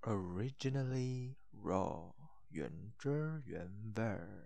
Originally raw， 原汁原味儿。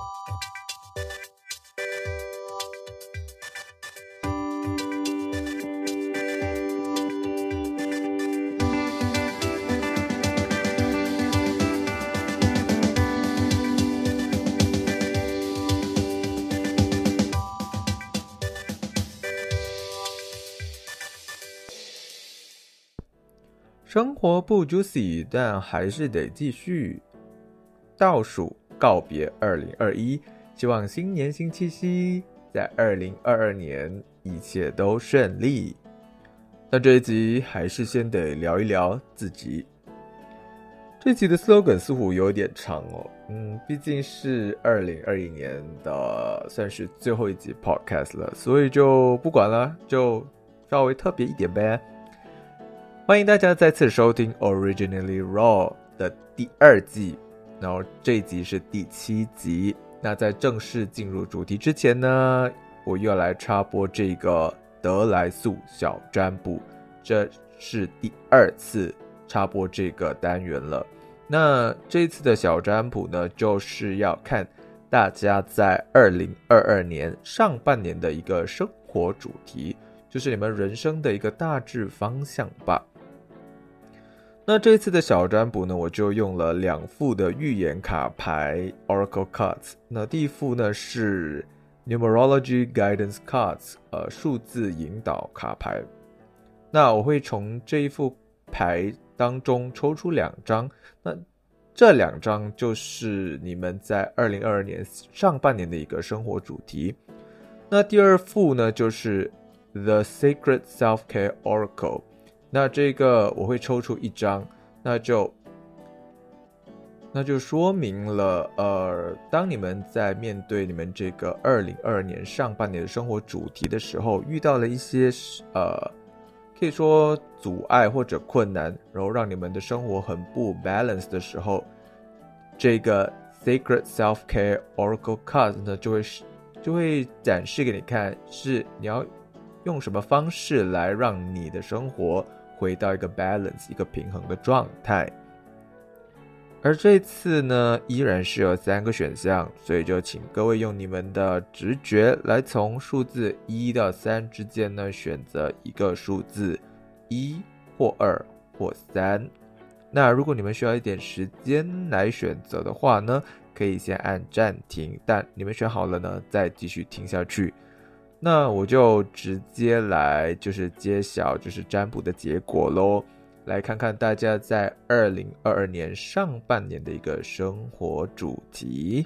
生活不 juicy， 但还是得继续。倒数告别2021，希望新年新气息，在2022年一切都顺利。那这一集还是先得聊一聊自己。这集的 slogan 似乎有点长哦，毕竟是2021年的算是最后一集 podcast 了，所以就不管了，就稍微特别一点呗。欢迎大家再次收听 Originally Raw 的第2季，然后这一集是第7集。那在正式进入主题之前呢，我又要来插播这个得来速小占卜，这是第2次插播这个单元了。那这一次的小占卜呢，就是要看大家在2022年上半年的一个生活主题，就是你们人生的一个大致方向吧。那这次的小占卜呢，我就用了2副的预言卡牌 Oracle Cards。那第一副呢是 Numerology Guidance Cards， 数字引导卡牌。那我会从这一副牌当中抽出2张，那这2张就是你们在2022年上半年的一个生活主题。那第2副呢就是 The Sacred Self-Care Oracle。那这个我会抽出1张，那就说明了当你们在面对你们这个2022年上半年的生活主题的时候，遇到了一些可以说阻碍或者困难，然后让你们的生活很不 balance 的时候，这个 Sacred Self-Care Oracle Cards 呢就会展示给你看，是你要用什么方式来让你的生活回到一个 balance， 一个平衡的状态。而这次呢，依然是有3个选项，所以就请各位用你们的直觉来从数字1到3之间呢选择一个数字1或2或3。那如果你们需要一点时间来选择的话呢，可以先按暂停，但你们选好了呢再继续听下去。那我就直接来就是揭晓就是占卜的结果咯，来看看大家在2022年上半年的一个生活主题。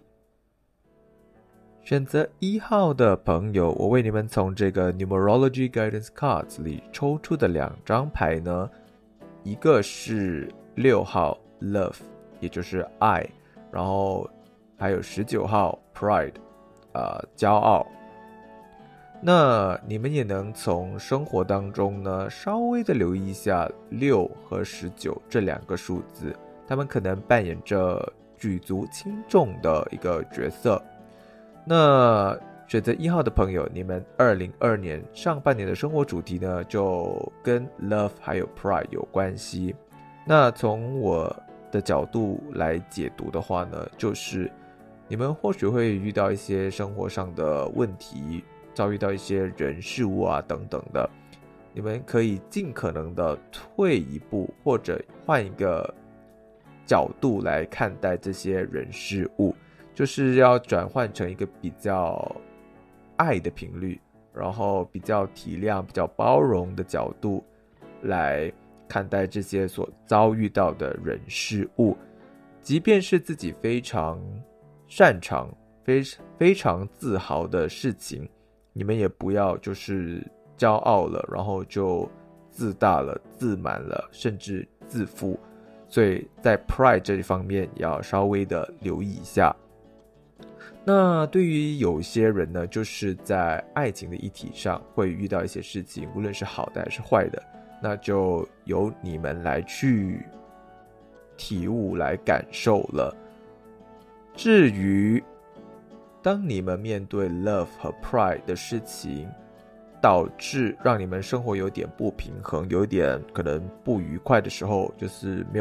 选择1号的朋友，我为你们从这个 Numerology Guidance Cards 里抽出的2张牌呢，一个是6号 Love， 也就是爱，然后还有19号 Pride， 骄傲。那你们也能从生活当中呢稍微的留意一下6和19这2个数字，他们可能扮演着举足轻重的一个角色。那选择1号的朋友，你们2022年上半年的生活主题呢就跟 Love 还有 Pride 有关系。那从我的角度来解读的话呢，就是你们或许会遇到一些生活上的问题，遭遇到一些人事物啊等等的，你们可以尽可能的退一步，或者换一个角度来看待这些人事物，就是要转换成一个比较爱的频率，然后比较体谅比较包容的角度来看待这些所遭遇到的人事物。即便是自己非常擅长非常自豪的事情，你们也不要就是骄傲了，然后就自大了自满了，甚至自负。所以在 Pride 这一方面也要稍微的留意一下。那对于有些人呢，就是在爱情的议题上会遇到一些事情，无论是好的还是坏的，那就由你们来去体悟来感受了。至于当你们面对 love 和 pride 的事情，导致让你们生活有点不平衡，有点可能不愉快的时候，就是没有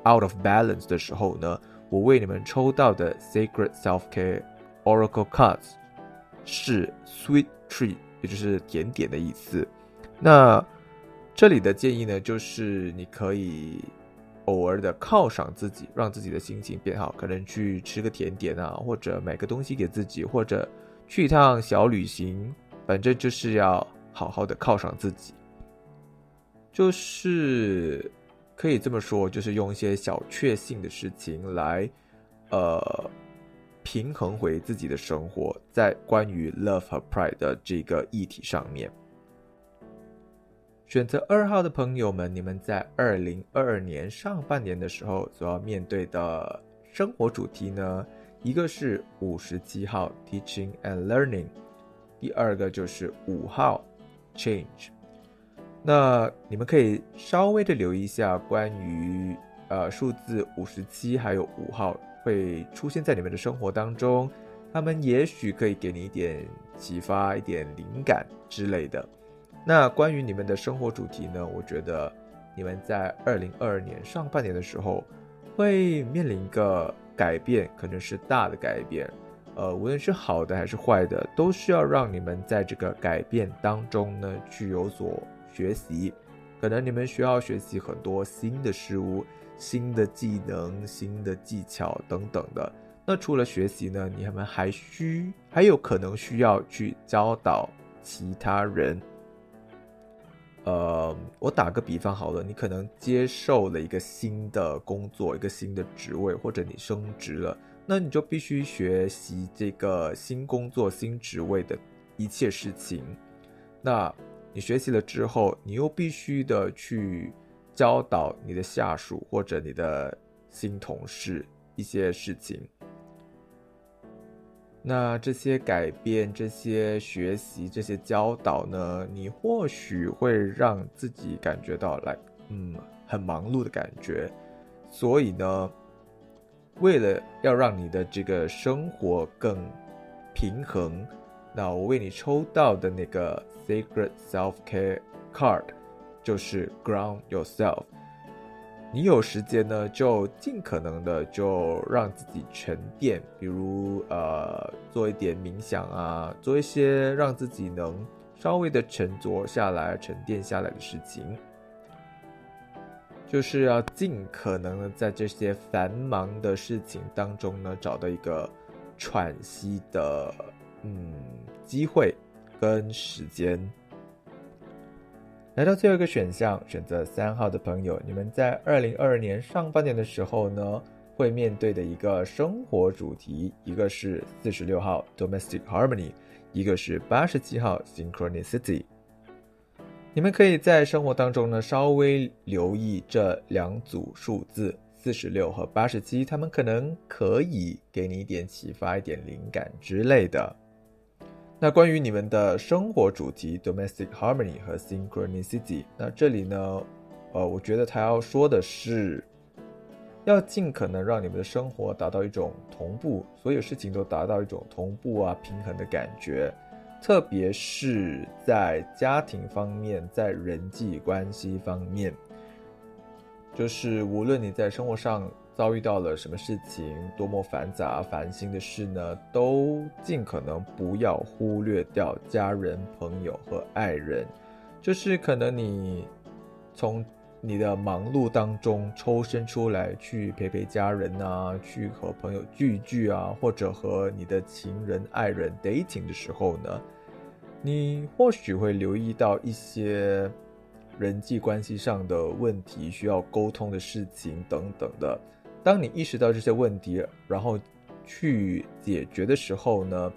out of balance 的时候呢，我为你们抽到的 Sacred Self-Care Oracle Cards 是 Sweet Treat， 也就是甜点的意思。那这里的建议呢，就是你可以偶尔的犒赏自己，让自己的心情变好，可能去吃个甜点啊，或者买个东西给自己，或者去一趟小旅行，反正就是要好好的犒赏自己。就是可以这么说，就是用一些小确幸的事情来平衡回自己的生活，在关于 love 和 pride 的这个议题上面。选择2号的朋友们，你们在2022年上半年的时候所要面对的生活主题呢，一个是57号 Teaching and Learning， 第二个就是5号 Change。那你们可以稍微的留意一下关于数字57还有5号会出现在你们的生活当中，他们也许可以给你一点启发，一点灵感之类的。那关于你们的生活主题呢，我觉得你们在2022年上半年的时候会面临一个改变，可能是大的改变，无论是好的还是坏的，都需要让你们在这个改变当中呢去有所学习。可能你们需要学习很多新的事物、新的技能、新的技巧等等的。那除了学习呢，你们还有可能需要去教导其他人。我打个比方好了，你可能接受了一个新的工作，一个新的职位，或者你升职了，那你就必须学习这个新工作、新职位的一切事情。那你学习了之后，你又必须的去教导你的下属或者你的新同事一些事情。那这些改变、这些学习、这些教导呢，你或许会让自己感觉到很忙碌的感觉。所以呢，为了要让你的这个生活更平衡，那我为你抽到的那个 Sacred Self-Care Card 就是 Ground Yourself。你有时间呢，就尽可能的就让自己沉淀，比如做一点冥想啊，做一些让自己能稍微的沉着下来、沉淀下来的事情，就是要尽可能的在这些繁忙的事情当中呢，找到一个喘息的机会跟时间。来到最后一个选项，选择3号的朋友，你们在2022年上半年的时候呢，会面对的一个生活主题，一个是46号 Domestic Harmony， 一个是87号 Synchronicity。 你们可以在生活当中呢，稍微留意这两组数字46和87，他们可能可以给你一点启发、一点灵感之类的。那关于你们的生活主题 Domestic Harmony 和 Synchronicity， 那这里呢我觉得他要说的是要尽可能让你们的生活达到一种同步，所有事情都达到一种同步啊、平衡的感觉，特别是在家庭方面，在人际关系方面，就是无论你在生活上遭遇到了什么事情，多么繁杂烦心的事呢，都尽可能不要忽略掉家人、朋友和爱人。就是可能你从你的忙碌当中抽身出来，去陪陪家人啊，去和朋友聚聚啊，或者和你的情人、爱人 dating 的时候呢，你或许会留意到一些人际关系上的问题，需要沟通的事情等等的。当你意识到这些问题，然后去解决的时候呢，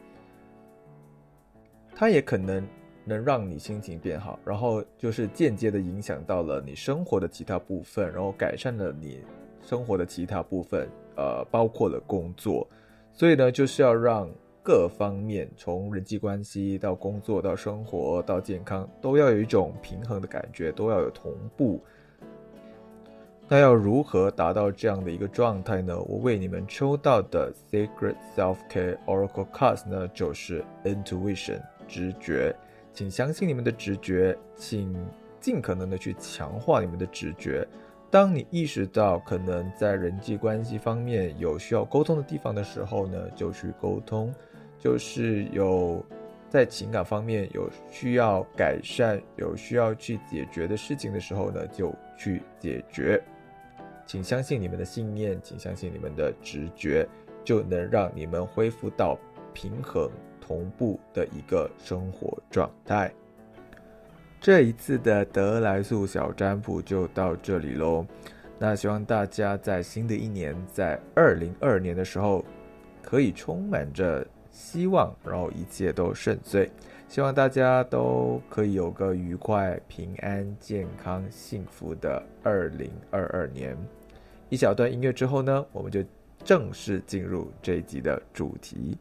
它也可能让你心情变好，然后就是间接的影响到了你生活的其他部分，然后改善了你生活的其他部分，包括了工作。所以呢，就是要让各方面，从人际关系到工作到生活到健康，都要有一种平衡的感觉，都要有同步。那要如何达到这样的一个状态呢？我为你们抽到的 Sacred Self-Care Oracle Cards 呢，就是 Intuition 直觉。请相信你们的直觉，请尽可能的去强化你们的直觉， 当你意识到可能在人际关系方面有需要沟通的地方的时候呢，就去沟通，就是有在情感方面有需要改善、有需要去解决的事情的时候呢，就去解决。请相信你们的信念，请相信你们的直觉，就能让你们恢复到平衡同步的一个生活状态。这一次的得来速小占卜就到这里咯。那希望大家在新的一年，在2022年的时候，可以充满着希望，然后一切都顺遂。希望大家都可以有个愉快、平安、健康、幸福的2022年。一小段音乐之后呢，我们就正式进入这一集的主题。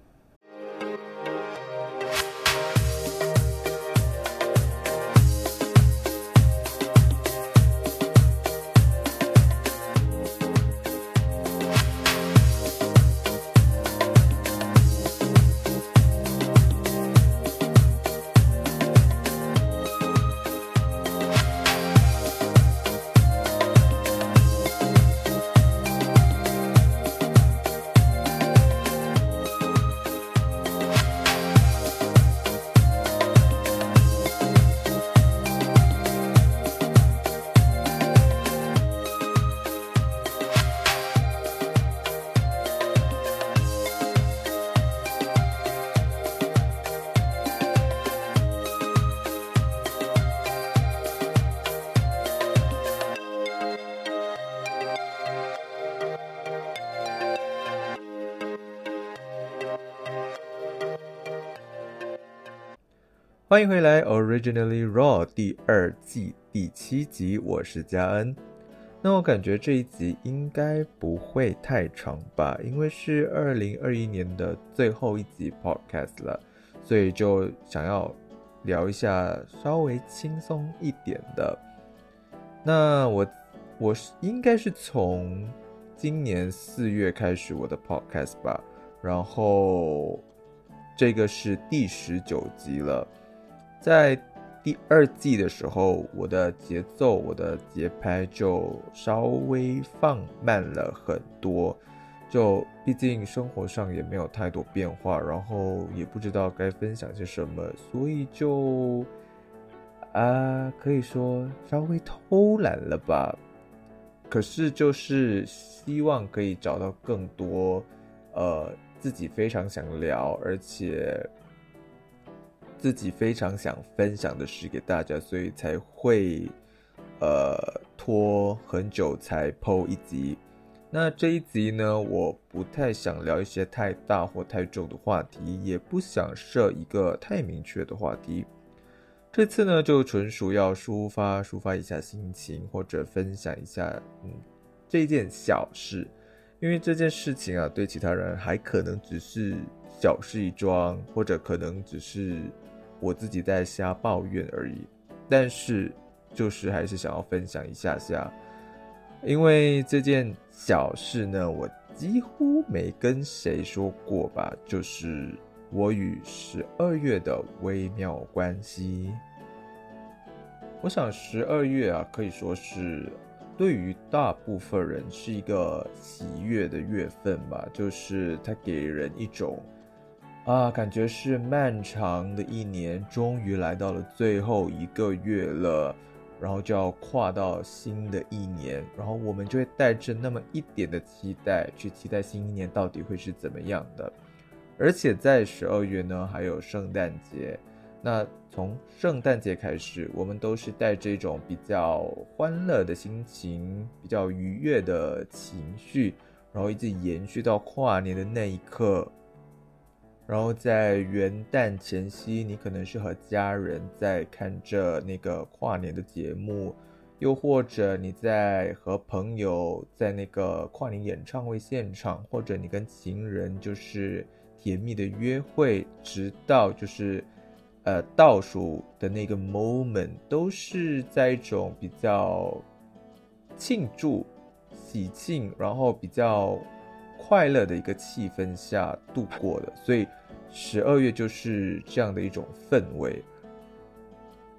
欢迎回来 Originally Raw 第2季第7集，我是嘉恩。那我感觉这一集应该不会太长吧，因为是2021年的最后一集 podcast 了，所以就想要聊一下稍微轻松一点的。那我应该是从今年4月开始我的 podcast 吧，然后这个是第19集了。在第2季的时候，我的节奏、我的节拍就稍微放慢了很多，就毕竟生活上也没有太多变化，然后也不知道该分享些什么，所以就可以说稍微偷懒了吧。可是就是希望可以找到更多自己非常想聊，而且自己非常想分享的事给大家，所以才会拖很久才 po 一集。那这一集呢，我不太想聊一些太大或太重的话题，也不想设一个太明确的话题。这次呢，就纯属要抒发一下心情，或者分享一下这件小事。因为这件事情啊，对其他人还可能只是小事一桩，或者可能只是我自己在瞎抱怨而已，但是就是还是想要分享一下，因为这件小事呢，我几乎没跟谁说过吧，就是我与12月的微妙关系。我想12月啊，可以说是对于大部分人是一个喜悦的月份吧，就是它给人一种感觉是漫长的一年终于来到了最后1个月了，然后就要跨到新的一年，然后我们就会带着那么一点的期待，去期待新一年到底会是怎么样的。而且在12月呢，还有圣诞节。那从圣诞节开始，我们都是带着一种比较欢乐的心情，比较愉悦的情绪，然后一直延续到跨年的那一刻。然后在元旦前夕，你可能是和家人在看着那个跨年的节目，又或者你在和朋友在那个跨年演唱会现场，或者你跟情人就是甜蜜的约会，直到就是倒数的那个 moment， 都是在一种比较庆祝、喜庆，然后比较快乐的一个气氛下度过的，所以12月就是这样的一种氛围。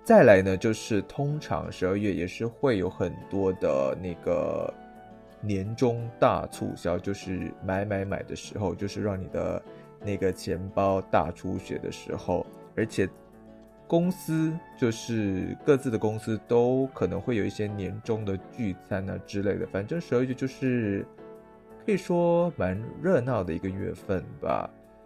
再来呢，就是通常12月也是会有很多的那个年终大促销，就是买的时候，就是让你的那个钱包大出血的时候，而且公司就是各自的公司都可能会有一些年终的聚餐啊之类的，反正12月就是可以说蛮热闹的一个月份吧。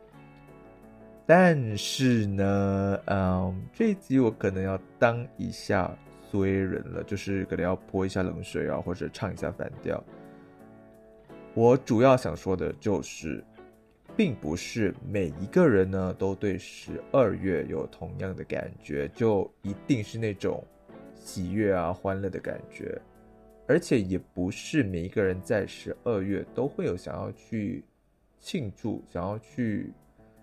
但是呢，这一集我可能要当一下衰人了，就是可能要泼一下冷水啊，或者唱一下反调。我主要想说的就是，并不是每一个人呢都对12月有同样的感觉，就一定是那种喜悦啊、欢乐的感觉，而且也不是每一个人在12月都会有想要去庆祝、想要去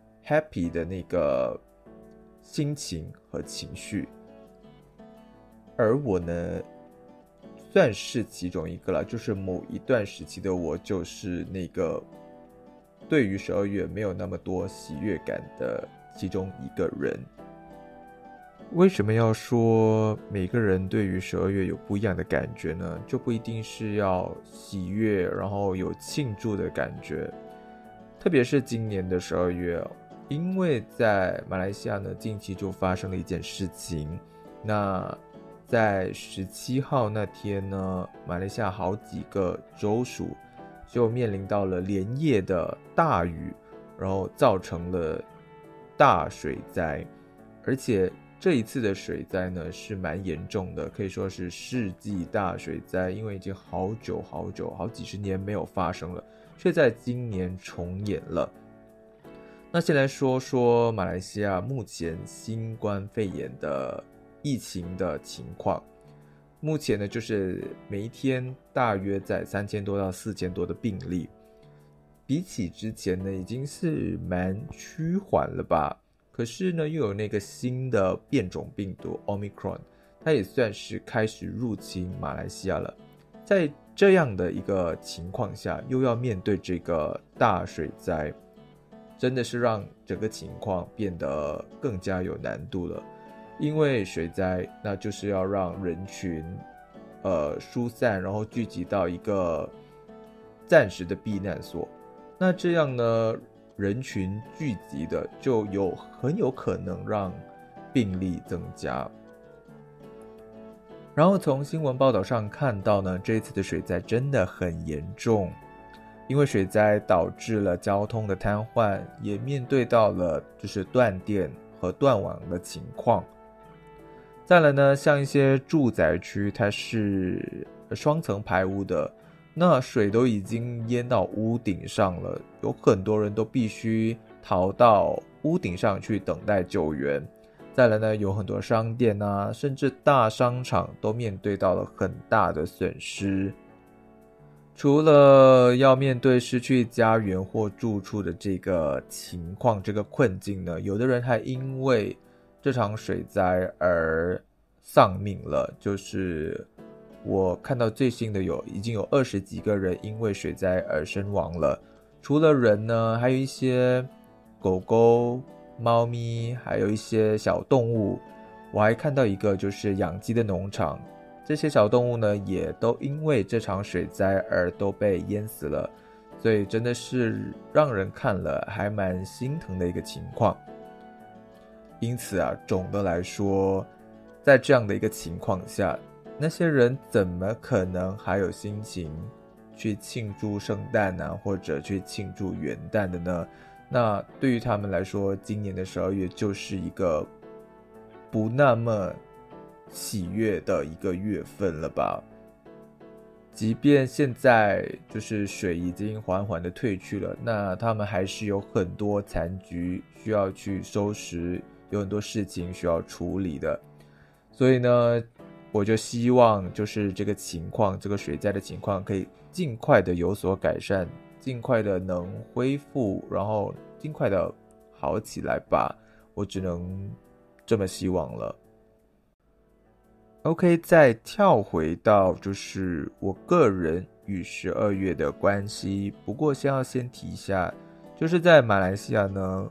happy 的那个心情和情绪，而我呢，算是其中一个了。就是某一段时期的我，就是那个对于12月没有那么多喜悦感的其中一个人。为什么要说每个人对于12月有不一样的感觉呢？就不一定是要喜悦，然后有庆祝的感觉。特别是今年的12月，因为在马来西亚呢，近期就发生了一件事情。那在17号那天呢，马来西亚好几个州属就面临到了连夜的大雨，然后造成了大水灾，而且这一次的水灾呢是蛮严重的，可以说是世纪大水灾，因为已经好几十年没有发生了，却在今年重演了。那先来说说马来西亚目前新冠肺炎的疫情的情况。目前呢，就是每一天大约在3000多到4000多的病例，比起之前呢，已经是蛮趋缓了吧。可是呢，又有那个新的变种病毒 Omicron， 它也算是开始入侵马来西亚了。在这样的一个情况下，又要面对这个大水灾，真的是让整个情况变得更加有难度了。因为水灾，那就是要让人群疏散，然后聚集到一个暂时的避难所。那这样呢，人群聚集的就很有可能让病例增加。然后从新闻报道上看到呢，这一次的水灾真的很严重，因为水灾导致了交通的瘫痪，也面对到了就是断电和断网的情况。再来呢，像一些住宅区，它是双层排屋的，那水都已经淹到屋顶上了，有很多人都必须逃到屋顶上去等待救援。再来呢，有很多商店啊，甚至大商场都面对到了很大的损失。除了要面对失去家园或住处的这个情况，这个困境呢，有的人还因为这场水灾而丧命了。就是我看到最新的已经有20几个人因为水灾而身亡了。除了人呢，还有一些狗狗、猫咪，还有一些小动物。我还看到一个就是养鸡的农场，这些小动物呢也都因为这场水灾而都被淹死了，所以真的是让人看了还蛮心疼的一个情况。因此啊，总的来说，在这样的一个情况下，那些人怎么可能还有心情去庆祝圣诞啊，或者去庆祝元旦的呢？那对于他们来说，今年的12月就是一个不那么喜悦的一个月份了吧。即便现在就是水已经缓缓的退去了，那他们还是有很多残局需要去收拾，有很多事情需要处理的。所以呢，我就希望就是这个情况，这个水灾的情况可以尽快的有所改善，尽快的能恢复，然后尽快的好起来吧。我只能这么希望了。OK， 再跳回到就是我个人与12月的关系。不过先提一下，就是在马来西亚呢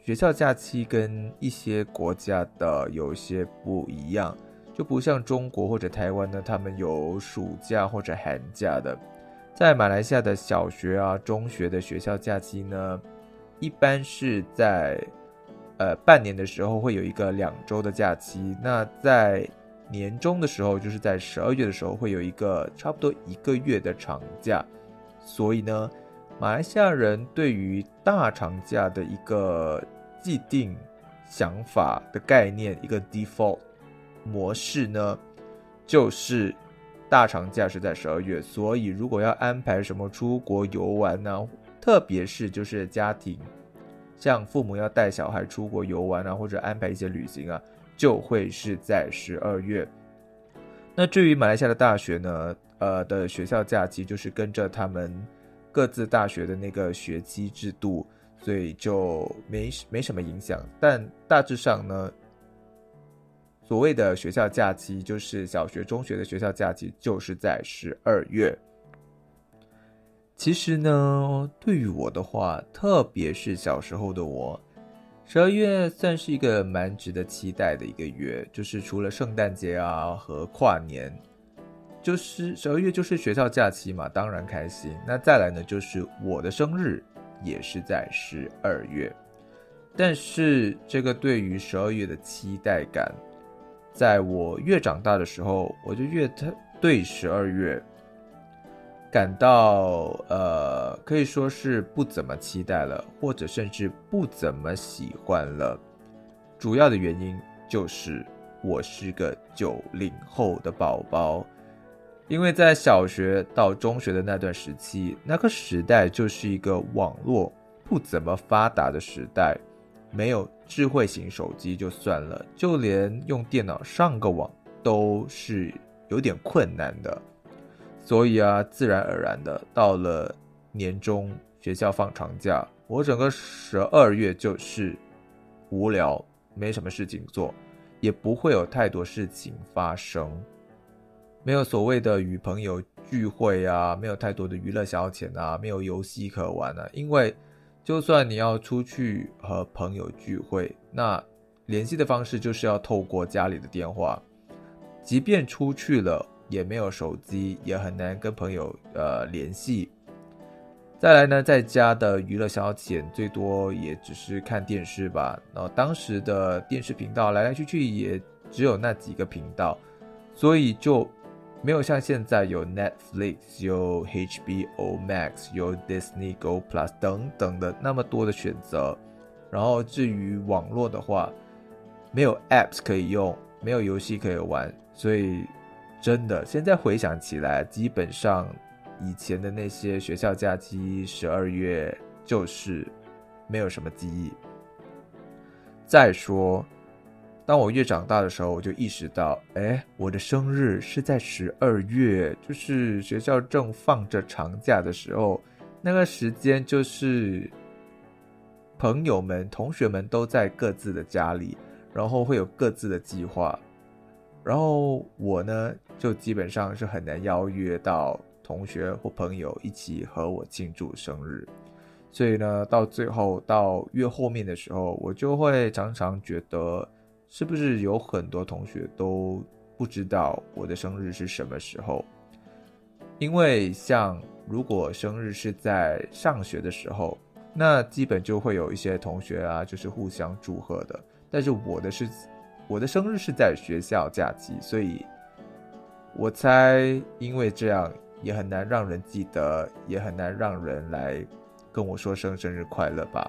学校假期跟一些国家的有一些不一样，就不像中国或者台湾呢，他们有暑假或者寒假的。在马来西亚的小学啊、中学的学校假期呢，一般是在半年的时候会有一个2周的假期，那在年中的时候，就是在12月的时候会有一个差不多1个月的长假。所以呢，马来西亚人对于大长假的一个既定想法的概念，一个 default 模式呢，就是大长假是在12月，所以如果要安排什么出国游玩呢，特别是就是家庭像父母要带小孩出国游玩啊，或者安排一些旅行啊，就会是在12月。那至于马来西亚的大学呢，的学校假期就是跟着他们各自大学的那个学期制度，所以就没什么影响。但大致上呢，所谓的学校假期就是小学、中学的学校假期，就是在12月。其实呢，对于我的话，特别是小时候的我，12月算是一个蛮值得期待的一个月，就是除了圣诞节啊和跨年，就是12月就是学校假期嘛，当然开心。那再来呢，就是我的生日也是在12月。但是这个对于12月的期待感，在我越长大的时候，我就越对12月感到可以说是不怎么期待了，或者甚至不怎么喜欢了。主要的原因就是我是个90后的宝宝，因为在小学到中学的那段时期，那个时代就是一个网络不怎么发达的时代，没有智慧型手机就算了，就连用电脑上个网都是有点困难的。所以啊，自然而然的到了年中学校放长假，我整个12月就是无聊，没什么事情做，也不会有太多事情发生，没有所谓的与朋友聚会啊，没有太多的娱乐消遣啊，没有游戏可玩啊。因为就算你要出去和朋友聚会，那联系的方式就是要透过家里的电话，即便出去了也没有手机，也很难跟朋友联系。再来呢，在家的娱乐消遣最多也只是看电视吧，然后当时的电视频道来来去去也只有那几个频道，所以就没有像现在有 Netflix、有 HBO Max、有 Disney Go Plus 等等的那么多的选择。然后至于网络的话，没有 Apps 可以用，没有游戏可以玩，所以真的现在回想起来，基本上以前的那些学校假期12月就是没有什么记忆。再说当我越长大的时候，我就意识到，我的生日是在12月，就是学校正放着长假的时候，那个时间就是朋友们、同学们都在各自的家里，然后会有各自的计划，然后我呢，就基本上是很难邀约到同学或朋友一起和我庆祝生日。所以呢，到最后到越后面的时候，我就会常常觉得，是不是有很多同学都不知道我的生日是什么时候？因为像如果生日是在上学的时候，那基本就会有一些同学啊，就是互相祝贺的。但是我的生日是在学校假期，所以我猜因为这样也很难让人记得，也很难让人来跟我说声生日快乐吧。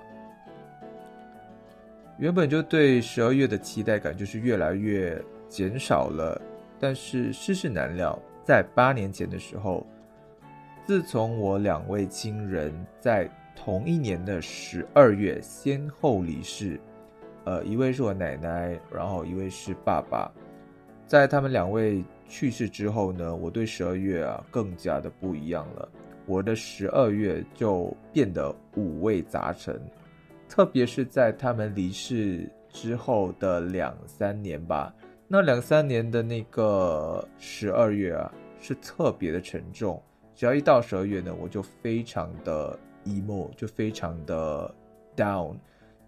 原本就对12月的期待感就是越来越减少了，但是世事难料，在8年前的时候，自从我2位亲人在同一年的12月先后离世，一位是我奶奶，然后一位是爸爸。在他们2位去世之后呢，我对12月啊更加的不一样了。我的12月就变得五味杂陈，特别是在他们离世之后的2-3年吧。那2-3年的那个12月啊，是特别的沉重。只要一到12月呢，我就非常的 emo， 就非常的 down，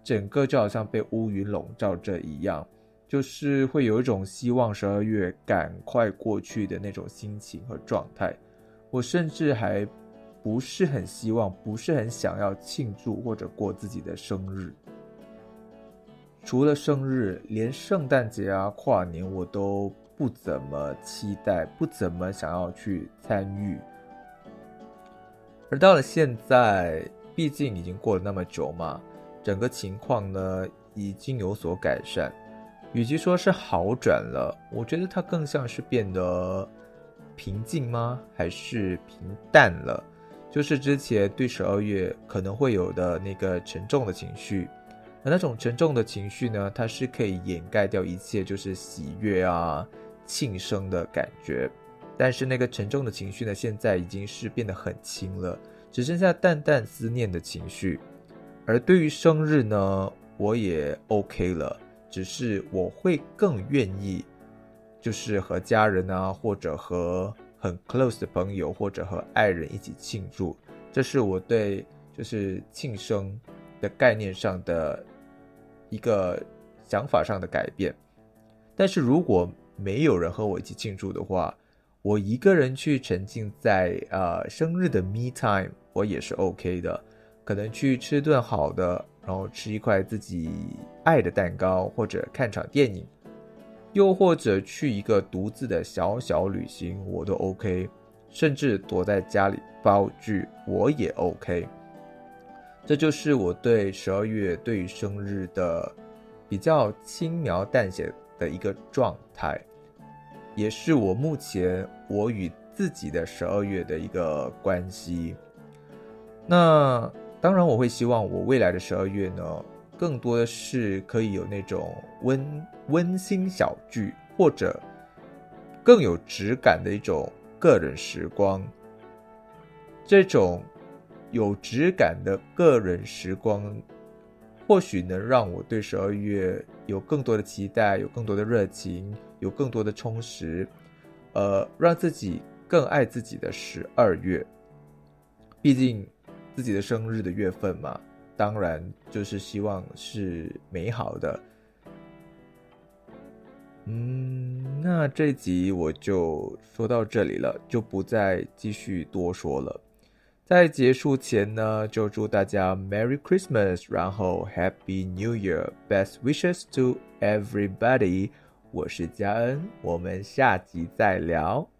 整个就好像被乌云笼罩着一样，就是会有一种希望12月赶快过去的那种心情和状态。我甚至还不是很希望，不是很想要庆祝或者过自己的生日。除了生日，连圣诞节啊、跨年我都不怎么期待，不怎么想要去参与。而到了现在，毕竟已经过了那么久嘛，整个情况呢已经有所改善，与其说是好转了，我觉得它更像是变得平静吗？还是平淡了？就是之前对12月可能会有的那个沉重的情绪，而那种沉重的情绪呢，它是可以掩盖掉一切就是喜悦啊、庆生的感觉。但是那个沉重的情绪呢，现在已经是变得很轻了，只剩下淡淡思念的情绪。而对于生日呢，我也 OK 了，只是我会更愿意就是和家人啊，或者和很 close 的朋友，或者和爱人一起庆祝。这是我对就是庆生的概念上的一个想法上的改变。但是如果没有人和我一起庆祝的话，我一个人去沉浸在生日的 me time， 我也是 OK 的。可能去吃顿好的，然后吃一块自己爱的蛋糕，或者看场电影，又或者去一个独自的小小旅行，我都 OK。甚至躲在家里煲剧，我也 OK。这就是我对12月对于生日的比较轻描淡写的一个状态，也是我目前我与自己的12月的一个关系。那当然我会希望我未来的12月呢，更多的是可以有那种温馨小聚，或者更有质感的一种个人时光。这种有质感的个人时光，或许能让我对12月有更多的期待，有更多的热情，有更多的充实，让自己更爱自己的12月。毕竟自己的生日的月份嘛，当然就是希望是美好的。那这集我就说到这里了，就不再继续多说了。在结束前呢，就祝大家 Merry Christmas， 然后 Happy New Year， Best wishes to everybody。我是嘉恩，我们下集再聊。